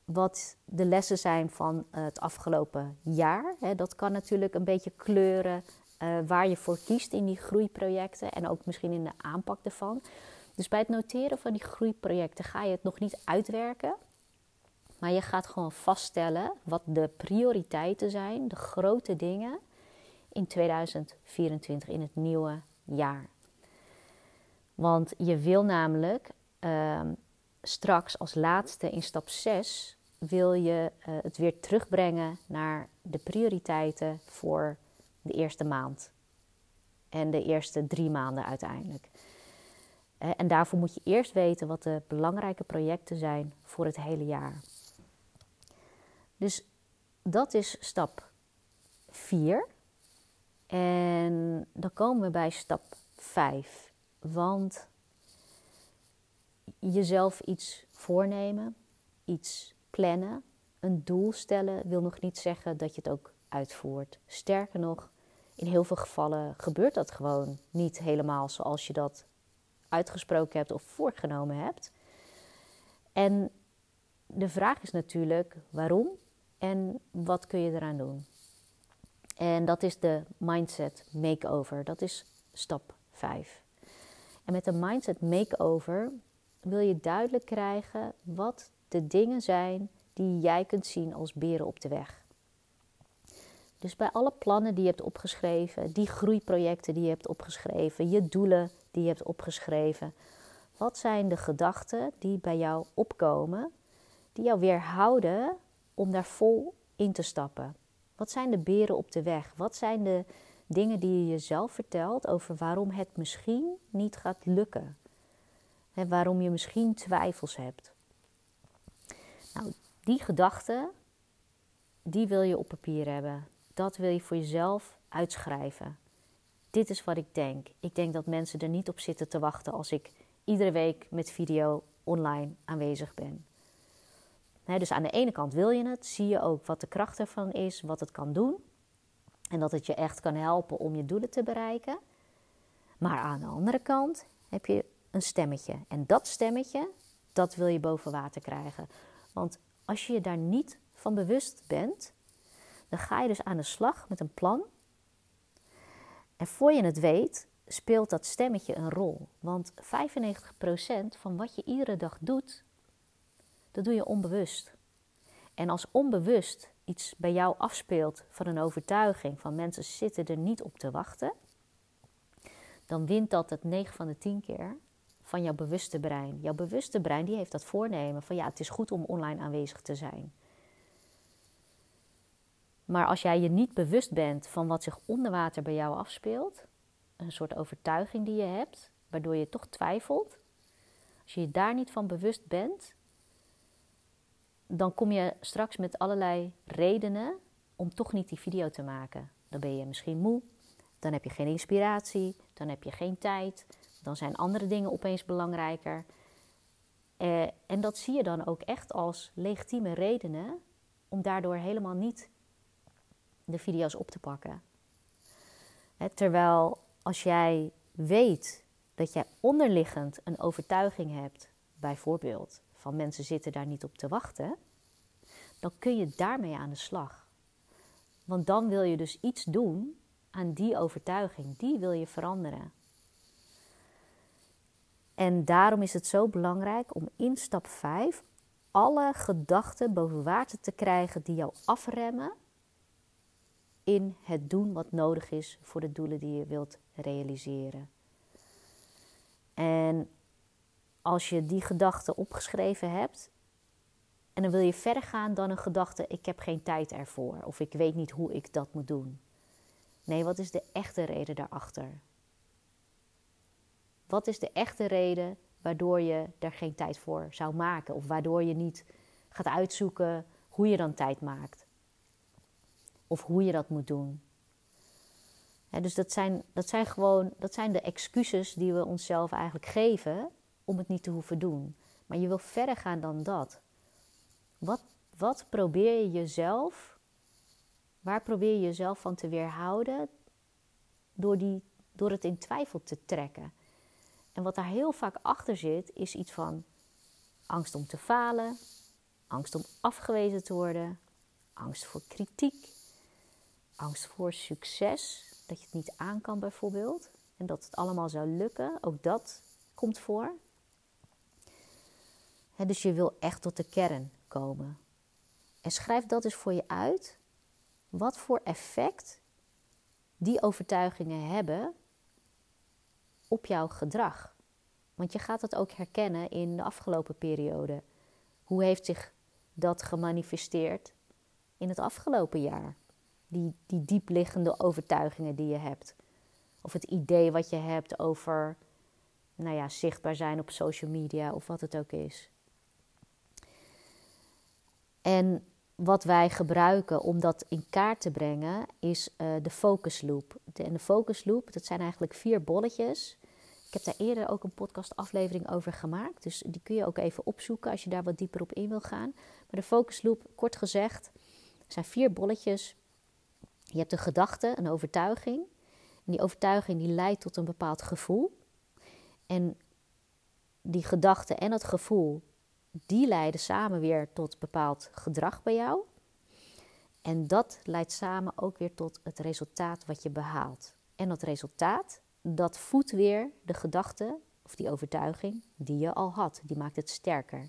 wat de lessen zijn van het afgelopen jaar. Dat kan natuurlijk een beetje kleuren waar je voor kiest in die groeiprojecten en ook misschien in de aanpak ervan. Dus bij het noteren van die groeiprojecten ga je het nog niet uitwerken, maar je gaat gewoon vaststellen wat de prioriteiten zijn, de grote dingen in 2024, in het nieuwe jaar. Want je wil namelijk straks als laatste in stap 6 wil je het weer terugbrengen naar de prioriteiten voor de eerste maand. En de eerste 3 maanden uiteindelijk. En daarvoor moet je eerst weten wat de belangrijke projecten zijn voor het hele jaar. Dus dat is stap 4. En dan komen we bij stap 5. Want jezelf iets voornemen, iets plannen, een doel stellen wil nog niet zeggen dat je het ook uitvoert. Sterker nog, in heel veel gevallen gebeurt dat gewoon niet helemaal zoals je dat uitgesproken hebt of voorgenomen hebt. En de vraag is natuurlijk waarom en wat kun je eraan doen. En dat is de mindset makeover. Dat is stap 5. En met de mindset makeover wil je duidelijk krijgen wat de dingen zijn die jij kunt zien als beren op de weg. Dus bij alle plannen die je hebt opgeschreven, die groeiprojecten die je hebt opgeschreven, je doelen die je hebt opgeschreven. Wat zijn de gedachten die bij jou opkomen, die jou weerhouden om daar vol in te stappen? Wat zijn de beren op de weg? Wat zijn de dingen die je jezelf vertelt over waarom het misschien niet gaat lukken? En waarom je misschien twijfels hebt? Nou, die gedachten, die wil je op papier hebben. Dat wil je voor jezelf uitschrijven. Dit is wat ik denk. Ik denk dat mensen er niet op zitten te wachten als ik iedere week met video online aanwezig ben. Dus aan de ene kant wil je het, zie je ook wat de kracht ervan is, wat het kan doen. En dat het je echt kan helpen om je doelen te bereiken. Maar aan de andere kant heb je een stemmetje. En dat stemmetje, dat wil je boven water krijgen. Want als je je daar niet van bewust bent, dan ga je dus aan de slag met een plan. En voor je het weet, speelt dat stemmetje een rol. Want 95% van wat je iedere dag doet, dat doe je onbewust. En als onbewust iets bij jou afspeelt van een overtuiging van mensen zitten er niet op te wachten, dan wint dat het 9 van de 10 keer van jouw bewuste brein. Jouw bewuste brein die heeft dat voornemen van ja, het is goed om online aanwezig te zijn. Maar als jij je niet bewust bent van wat zich onder water bij jou afspeelt, een soort overtuiging die je hebt, waardoor je toch twijfelt. Als je je daar niet van bewust bent, dan kom je straks met allerlei redenen om toch niet die video te maken. Dan ben je misschien moe, dan heb je geen inspiratie, dan heb je geen tijd, dan zijn andere dingen opeens belangrijker. En dat zie je dan ook echt als legitieme redenen om daardoor helemaal niet de video's op te pakken. Terwijl als jij weet dat jij onderliggend een overtuiging hebt, bijvoorbeeld van mensen zitten daar niet op te wachten, dan kun je daarmee aan de slag. Want dan wil je dus iets doen aan die overtuiging, die wil je veranderen. En daarom is het zo belangrijk om in stap 5 alle gedachten boven water te krijgen die jou afremmen in het doen wat nodig is voor de doelen die je wilt realiseren. En als je die gedachten opgeschreven hebt, en dan wil je verder gaan dan een gedachte, ik heb geen tijd ervoor, of ik weet niet hoe ik dat moet doen. Nee, wat is de echte reden daarachter? Wat is de echte reden waardoor je er geen tijd voor zou maken? Of waardoor je niet gaat uitzoeken hoe je dan tijd maakt? Of hoe je dat moet doen? Dus dat zijn de excuses die we onszelf eigenlijk geven om het niet te hoeven doen. Maar je wil verder gaan dan dat. Wat probeer je jezelf, waar probeer je jezelf van te weerhouden door het in twijfel te trekken? En wat daar heel vaak achter zit, is iets van angst om te falen, angst om afgewezen te worden, angst voor kritiek, angst voor succes, dat je het niet aan kan bijvoorbeeld en dat het allemaal zou lukken, ook dat komt voor. Dus je wil echt tot de kern komen. En schrijf dat eens voor je uit, wat voor effect die overtuigingen hebben op jouw gedrag. Want je gaat dat ook herkennen in de afgelopen periode. Hoe heeft zich dat gemanifesteerd in het afgelopen jaar? Die diepliggende overtuigingen die je hebt. Of het idee wat je hebt over zichtbaar zijn op social media of wat het ook is. En wat wij gebruiken om dat in kaart te brengen is de focus loop. En de focus loop, dat zijn eigenlijk 4 bolletjes. Ik heb daar eerder ook een podcastaflevering over gemaakt. Dus die kun je ook even opzoeken als je daar wat dieper op in wil gaan. Maar de focus loop, kort gezegd, zijn 4 bolletjes. Je hebt een gedachte, een overtuiging. En die overtuiging die leidt tot een bepaald gevoel. En die gedachte en dat gevoel, die leiden samen weer tot bepaald gedrag bij jou. En dat leidt samen ook weer tot het resultaat wat je behaalt. En dat resultaat, dat voedt weer de gedachte of die overtuiging die je al had. Die maakt het sterker.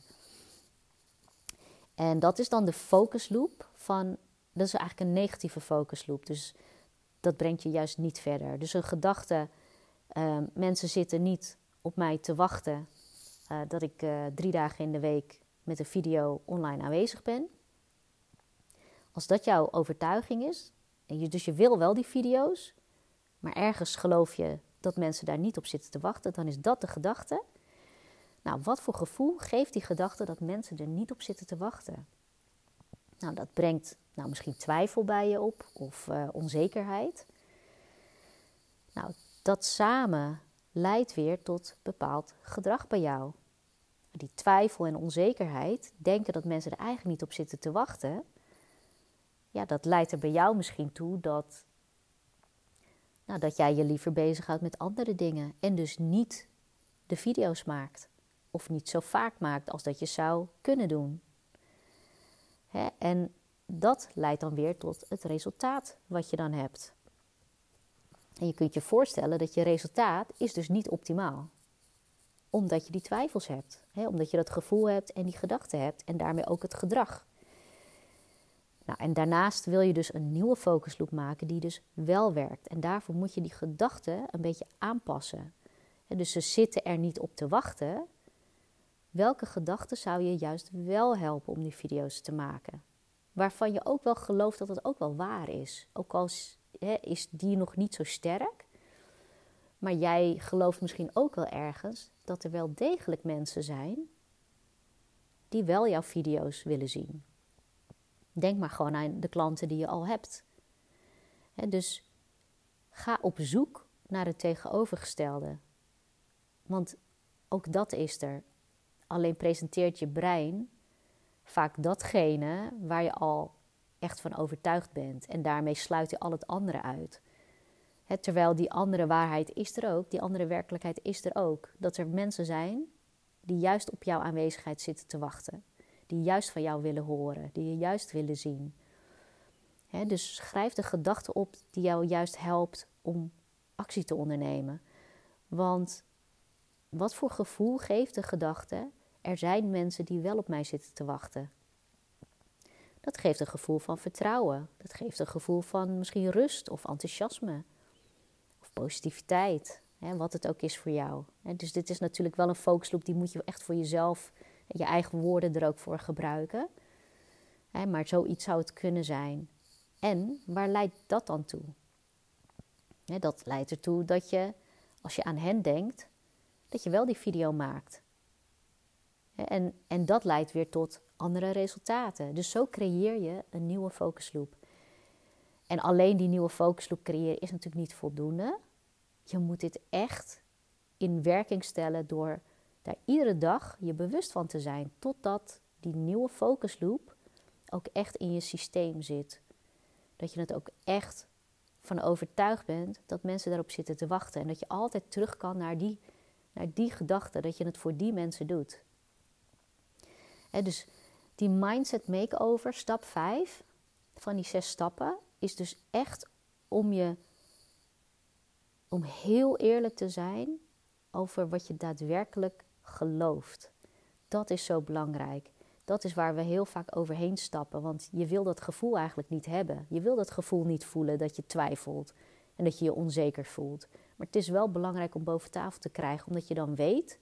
En dat is dan de focus loop van, dat is eigenlijk een negatieve focus loop. Dus dat brengt je juist niet verder. Dus een gedachte, mensen zitten niet op mij te wachten dat ik 3 dagen in de week met een video online aanwezig ben. Als dat jouw overtuiging is, en dus je wil wel die video's, maar ergens geloof je dat mensen daar niet op zitten te wachten, dan is dat de gedachte. Nou, wat voor gevoel geeft die gedachte dat mensen er niet op zitten te wachten? Nou, dat brengt misschien twijfel bij je op of onzekerheid. Nou, dat samen leidt weer tot bepaald gedrag bij jou. Die twijfel en onzekerheid, denken dat mensen er eigenlijk niet op zitten te wachten, ja, dat leidt er bij jou misschien toe dat jij je liever bezighoudt met andere dingen en dus niet de video's maakt. Of niet zo vaak maakt als dat je zou kunnen doen. En dat leidt dan weer tot het resultaat wat je dan hebt. En je kunt je voorstellen dat je resultaat is dus niet optimaal. Omdat je die twijfels hebt. Omdat je dat gevoel hebt en die gedachten hebt en daarmee ook het gedrag. Nou, en daarnaast wil je dus een nieuwe focusloop maken die dus wel werkt. En daarvoor moet je die gedachten een beetje aanpassen. Dus ze zitten er niet op te wachten. Welke gedachten zou je juist wel helpen om die video's te maken? Waarvan je ook wel gelooft dat het ook wel waar is. Ook al is die nog niet zo sterk. Maar jij gelooft misschien ook wel ergens dat er wel degelijk mensen zijn die wel jouw video's willen zien. Denk maar gewoon aan de klanten die je al hebt. Dus ga op zoek naar het tegenovergestelde. Want ook dat is er. Alleen presenteert je brein vaak datgene waar je al echt van overtuigd bent. En daarmee sluit je al het andere uit. Terwijl die andere waarheid is er ook, die andere werkelijkheid is er ook. Dat er mensen zijn die juist op jouw aanwezigheid zitten te wachten. Die juist van jou willen horen, die je juist willen zien. Dus schrijf de gedachte op die jou juist helpt om actie te ondernemen. Want wat voor gevoel geeft de gedachte, er zijn mensen die wel op mij zitten te wachten? Dat geeft een gevoel van vertrouwen. Dat geeft een gevoel van misschien rust of enthousiasme. Of positiviteit, wat het ook is voor jou. Dus dit is natuurlijk wel een focusloop, die moet je echt voor jezelf, je eigen woorden er ook voor gebruiken. Maar zoiets zou het kunnen zijn. En waar leidt dat dan toe? Dat leidt ertoe dat je, als je aan hen denkt, dat je wel die video maakt. En dat leidt weer tot andere resultaten. Dus zo creëer je een nieuwe focusloop. En alleen die nieuwe focusloop creëren is natuurlijk niet voldoende. Je moet dit echt in werking stellen door daar iedere dag je bewust van te zijn. Totdat die nieuwe focusloop ook echt in je systeem zit. Dat je het ook echt van overtuigd bent dat mensen daarop zitten te wachten. En dat je altijd terug kan naar die gedachte, dat je het voor die mensen doet. Dus Die mindset makeover, stap 5 van die 6 stappen, is dus echt om heel eerlijk te zijn over wat je daadwerkelijk gelooft. Dat is zo belangrijk. Dat is waar we heel vaak overheen stappen, want je wil dat gevoel eigenlijk niet hebben. Je wil dat gevoel niet voelen dat je twijfelt en dat je je onzeker voelt. Maar het is wel belangrijk om boven tafel te krijgen, omdat je dan weet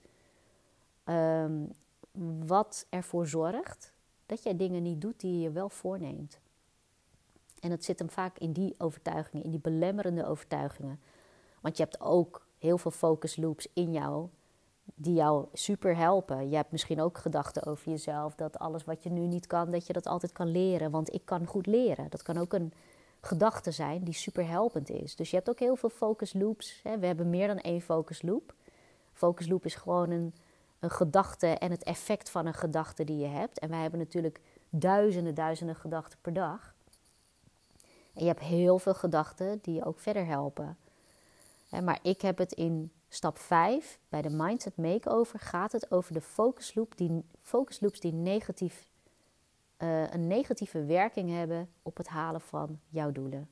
wat ervoor zorgt dat jij dingen niet doet die je wel voorneemt. En dat zit hem vaak in die overtuigingen, in die belemmerende overtuigingen. Want je hebt ook heel veel focus loops in jou die jou super helpen. Je hebt misschien ook gedachten over jezelf, dat alles wat je nu niet kan, dat je dat altijd kan leren. Want ik kan goed leren. Dat kan ook een gedachte zijn die super helpend is. Dus je hebt ook heel veel focus loops. We hebben meer dan 1 focus loop. Focus loop is gewoon een gedachte en het effect van een gedachte die je hebt. En wij hebben natuurlijk duizenden gedachten per dag. En je hebt heel veel gedachten die je ook verder helpen. Maar ik heb het in stap 5, bij de Mindset Makeover, gaat het over de focus loops die een negatieve werking hebben op het halen van jouw doelen.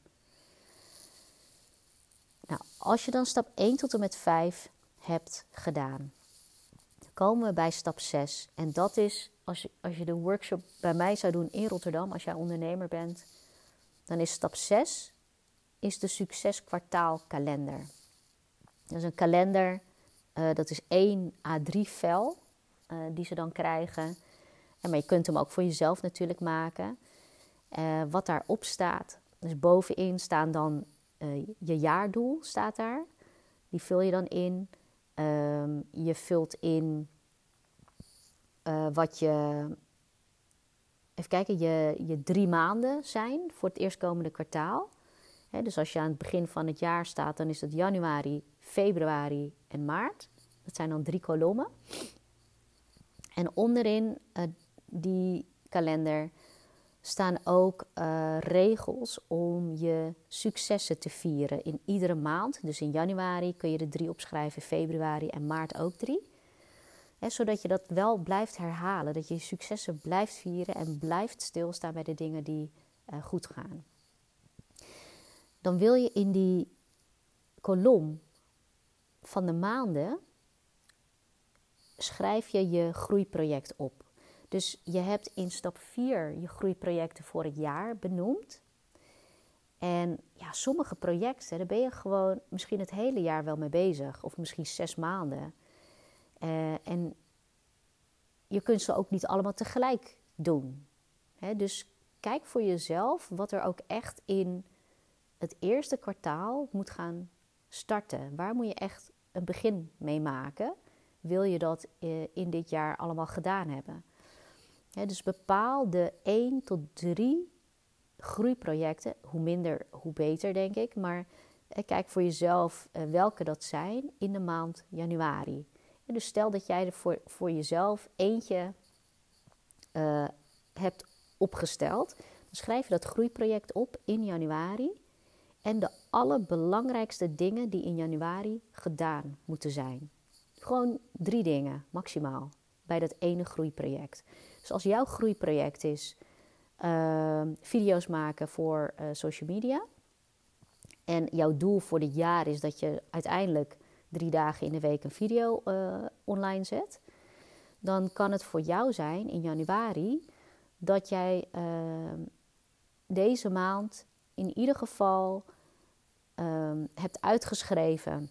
Nou, als je dan stap 1 tot en met 5 hebt gedaan, dan komen we bij stap 6. En dat is, als je de workshop bij mij zou doen in Rotterdam, als jij ondernemer bent, dan is stap 6 is de succeskwartaalkalender. Dat is een kalender, dat is 1 A3 vel die ze dan krijgen. Maar je kunt hem ook voor jezelf natuurlijk maken. Wat daarop staat, dus bovenin staan dan je jaardoel, staat daar. Die vul je dan in. Je vult in wat je je 3 maanden zijn voor het eerstkomende kwartaal. Dus als je aan het begin van het jaar staat, dan is het januari, februari en maart. Dat zijn dan 3 kolommen. En onderin die kalender staan ook regels om je successen te vieren in iedere maand. Dus in januari kun je er 3 opschrijven, februari en maart ook 3. Zodat je dat wel blijft herhalen, dat je je successen blijft vieren en blijft stilstaan bij de dingen die goed gaan. Dan wil je in die kolom van de maanden, schrijf je je groeiproject op. Dus je hebt in stap 4 je groeiprojecten voor het jaar benoemd. En ja, sommige projecten, daar ben je gewoon misschien het hele jaar wel mee bezig. Of misschien 6 maanden. En je kunt ze ook niet allemaal tegelijk doen. Dus kijk voor jezelf wat er ook echt in het eerste kwartaal moet gaan starten. Waar moet je echt een begin mee maken? Wil je dat in dit jaar allemaal gedaan hebben? Dus bepaal de 1 tot 3 groeiprojecten. Hoe minder, hoe beter, denk ik. Maar kijk voor jezelf welke dat zijn in de maand januari. Dus stel dat jij er voor jezelf eentje hebt opgesteld. Dan schrijf je dat groeiproject op in januari. En de allerbelangrijkste dingen die in januari gedaan moeten zijn. Gewoon 3 dingen maximaal bij dat ene groeiproject. Dus als jouw groeiproject is video's maken voor social media. En jouw doel voor dit jaar is dat je uiteindelijk 3 dagen in de week een video online zet. Dan kan het voor jou zijn in januari dat jij deze maand in ieder geval hebt uitgeschreven,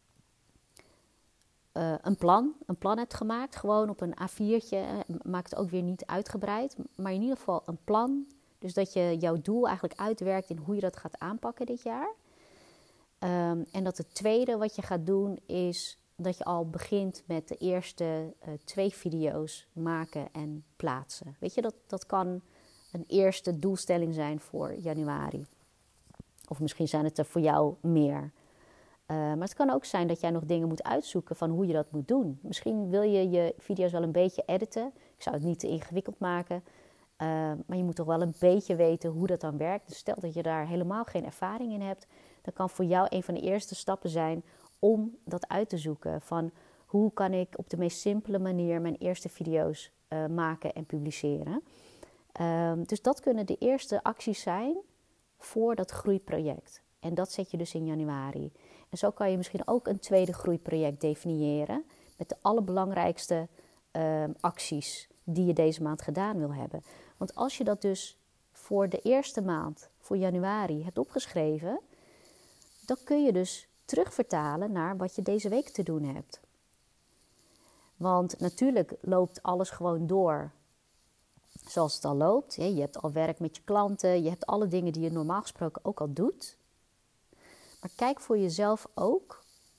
een plan hebt gemaakt, gewoon op een A4'tje, maak het ook weer niet uitgebreid, maar in ieder geval een plan, dus dat je jouw doel eigenlijk uitwerkt in hoe je dat gaat aanpakken dit jaar. En dat het tweede wat je gaat doen is dat je al begint met de eerste 2 video's maken en plaatsen. Weet je, dat kan een eerste doelstelling zijn voor januari. Of misschien zijn het er voor jou meer. Maar het kan ook zijn dat jij nog dingen moet uitzoeken van hoe je dat moet doen. Misschien wil je je video's wel een beetje editen. Ik zou het niet te ingewikkeld maken. Maar je moet toch wel een beetje weten hoe dat dan werkt. Dus stel dat je daar helemaal geen ervaring in hebt. Dan kan voor jou een van de eerste stappen zijn om dat uit te zoeken. Van hoe kan ik op de meest simpele manier mijn eerste video's maken en publiceren. Dus dat kunnen de eerste acties zijn voor dat groeiproject. En dat zet je dus in januari. En zo kan je misschien ook een tweede groeiproject definiëren met de allerbelangrijkste acties die je deze maand gedaan wil hebben. Want als je dat dus voor de eerste maand, voor januari, hebt opgeschreven, dan kun je dus terugvertalen naar wat je deze week te doen hebt. Want natuurlijk loopt alles gewoon door zoals het al loopt. Je hebt al werk met je klanten, je hebt alle dingen die je normaal gesproken ook al doet. Maar kijk voor jezelf ook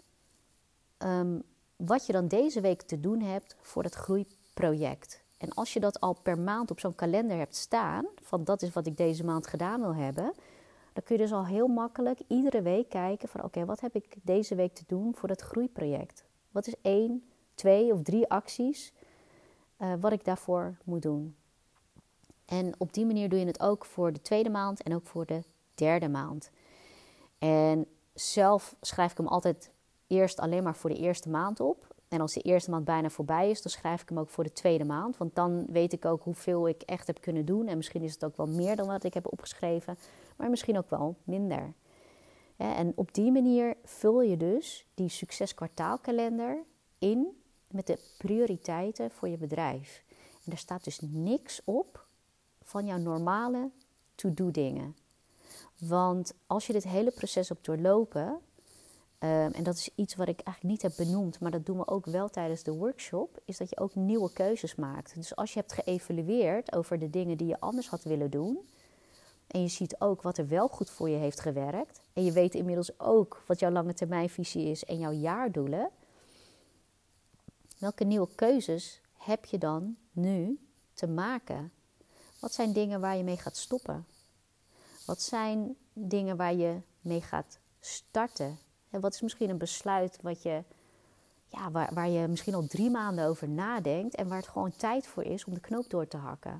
wat je dan deze week te doen hebt voor het groeiproject. En als je dat al per maand op zo'n kalender hebt staan, van dat is wat ik deze maand gedaan wil hebben, dan kun je dus al heel makkelijk iedere week kijken van oké, wat heb ik deze week te doen voor het groeiproject? Wat is 1, 2 of 3 acties wat ik daarvoor moet doen? En op die manier doe je het ook voor de tweede maand en ook voor de derde maand. En zelf schrijf ik hem altijd eerst alleen maar voor de eerste maand op. En als de eerste maand bijna voorbij is, dan schrijf ik hem ook voor de tweede maand. Want dan weet ik ook hoeveel ik echt heb kunnen doen. En misschien is het ook wel meer dan wat ik heb opgeschreven. Maar misschien ook wel minder. En op die manier vul je dus die succeskwartaalkalender in met de prioriteiten voor je bedrijf. En er staat dus niks op van jouw normale to-do dingen. Want als je dit hele proces hebt doorlopen, en dat is iets wat ik eigenlijk niet heb benoemd, maar dat doen we ook wel tijdens de workshop, is dat je ook nieuwe keuzes maakt. Dus als je hebt geëvalueerd over de dingen die je anders had willen doen, en je ziet ook wat er wel goed voor je heeft gewerkt, en je weet inmiddels ook wat jouw lange termijnvisie is en jouw jaardoelen, welke nieuwe keuzes heb je dan nu te maken? Wat zijn dingen waar je mee gaat stoppen? Wat zijn dingen waar je mee gaat starten? En wat is misschien een besluit wat je, waar je misschien al 3 maanden over nadenkt en waar het gewoon tijd voor is om de knoop door te hakken?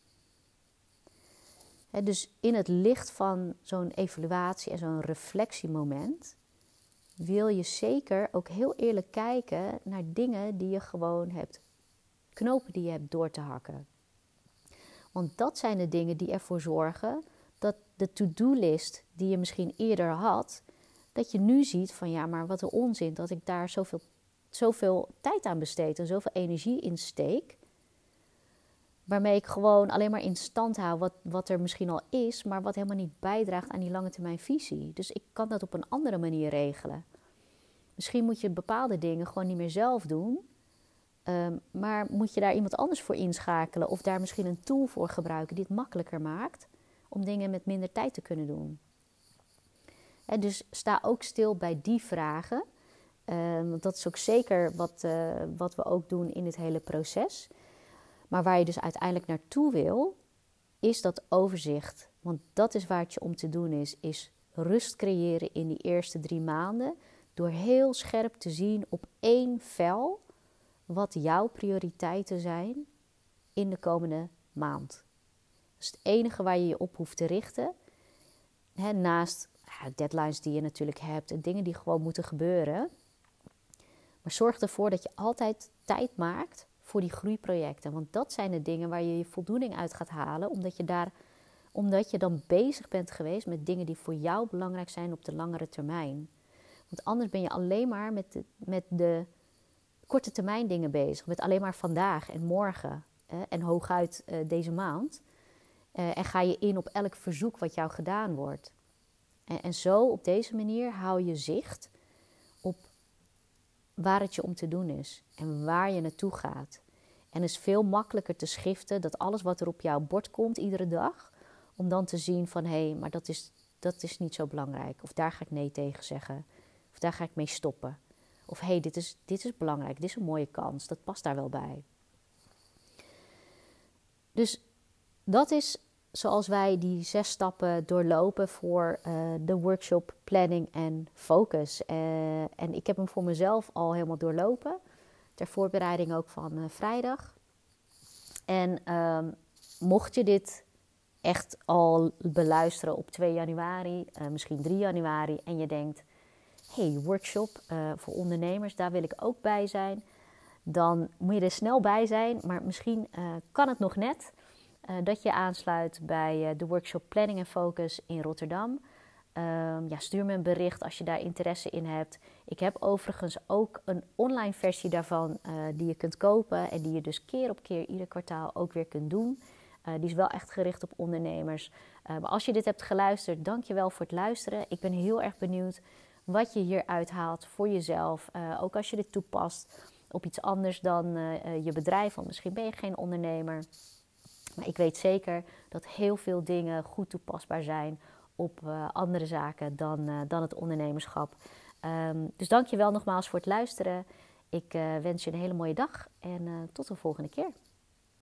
Dus in het licht van zo'n evaluatie en zo'n reflectiemoment wil je zeker ook heel eerlijk kijken naar dingen die je gewoon hebt, knopen die je hebt door te hakken. Want dat zijn de dingen die ervoor zorgen dat de to-do-list die je misschien eerder had, dat je nu ziet van ja, maar wat een onzin dat ik daar zoveel tijd aan besteed en zoveel energie in steek. Waarmee ik gewoon alleen maar in stand hou wat er misschien al is, maar wat helemaal niet bijdraagt aan die lange termijn visie. Dus ik kan dat op een andere manier regelen. Misschien moet je bepaalde dingen gewoon niet meer zelf doen. Maar moet je daar iemand anders voor inschakelen of daar misschien een tool voor gebruiken die het makkelijker maakt om dingen met minder tijd te kunnen doen. Dus sta ook stil bij die vragen. Want dat is ook zeker wat we ook doen in dit hele proces. Maar waar je dus uiteindelijk naartoe wil, is dat overzicht. Want dat is waar het je om te doen is rust creëren in die eerste 3 maanden. Door heel scherp te zien op 1 vel wat jouw prioriteiten zijn in de komende maand. Dat is het enige waar je je op hoeft te richten. Naast deadlines die je natuurlijk hebt en dingen die gewoon moeten gebeuren. Maar zorg ervoor dat je altijd tijd maakt voor die groeiprojecten. Want dat zijn de dingen waar je je voldoening uit gaat halen. Omdat je dan bezig bent geweest met dingen die voor jou belangrijk zijn op de langere termijn. Want anders ben je alleen maar met de korte termijn dingen bezig. Met alleen maar vandaag en morgen. En hooguit deze maand. En ga je in op elk verzoek wat jou gedaan wordt. En zo op deze manier hou je zicht op waar het je om te doen is. En waar je naartoe gaat. En het is veel makkelijker te schiften dat alles wat er op jouw bord komt iedere dag. Om dan te zien van hé, maar dat is niet zo belangrijk. Of daar ga ik nee tegen zeggen. Of daar ga ik mee stoppen. Of hé, dit is belangrijk, dit is een mooie kans, dat past daar wel bij. Dus dat is zoals wij die 6 stappen doorlopen voor de workshop planning en focus. En ik heb hem voor mezelf al helemaal doorlopen. Ter voorbereiding ook van vrijdag. En mocht je dit echt al beluisteren op 2 januari, misschien 3 januari... en je denkt, workshop voor ondernemers, daar wil ik ook bij zijn. Dan moet je er snel bij zijn, maar misschien kan het nog net. dat je aansluit bij de workshop Planning en Focus in Rotterdam. Stuur me een bericht als je daar interesse in hebt. Ik heb overigens ook een online versie daarvan die je kunt kopen en die je dus keer op keer ieder kwartaal ook weer kunt doen. Die is wel echt gericht op ondernemers. Maar als je dit hebt geluisterd, dank je wel voor het luisteren. Ik ben heel erg benieuwd wat je hier uithaalt voor jezelf. Ook als je dit toepast op iets anders dan je bedrijf. Want misschien ben je geen ondernemer. Maar ik weet zeker dat heel veel dingen goed toepasbaar zijn op andere zaken dan het ondernemerschap. Dus dank je wel nogmaals voor het luisteren. Ik wens je een hele mooie dag en tot de volgende keer.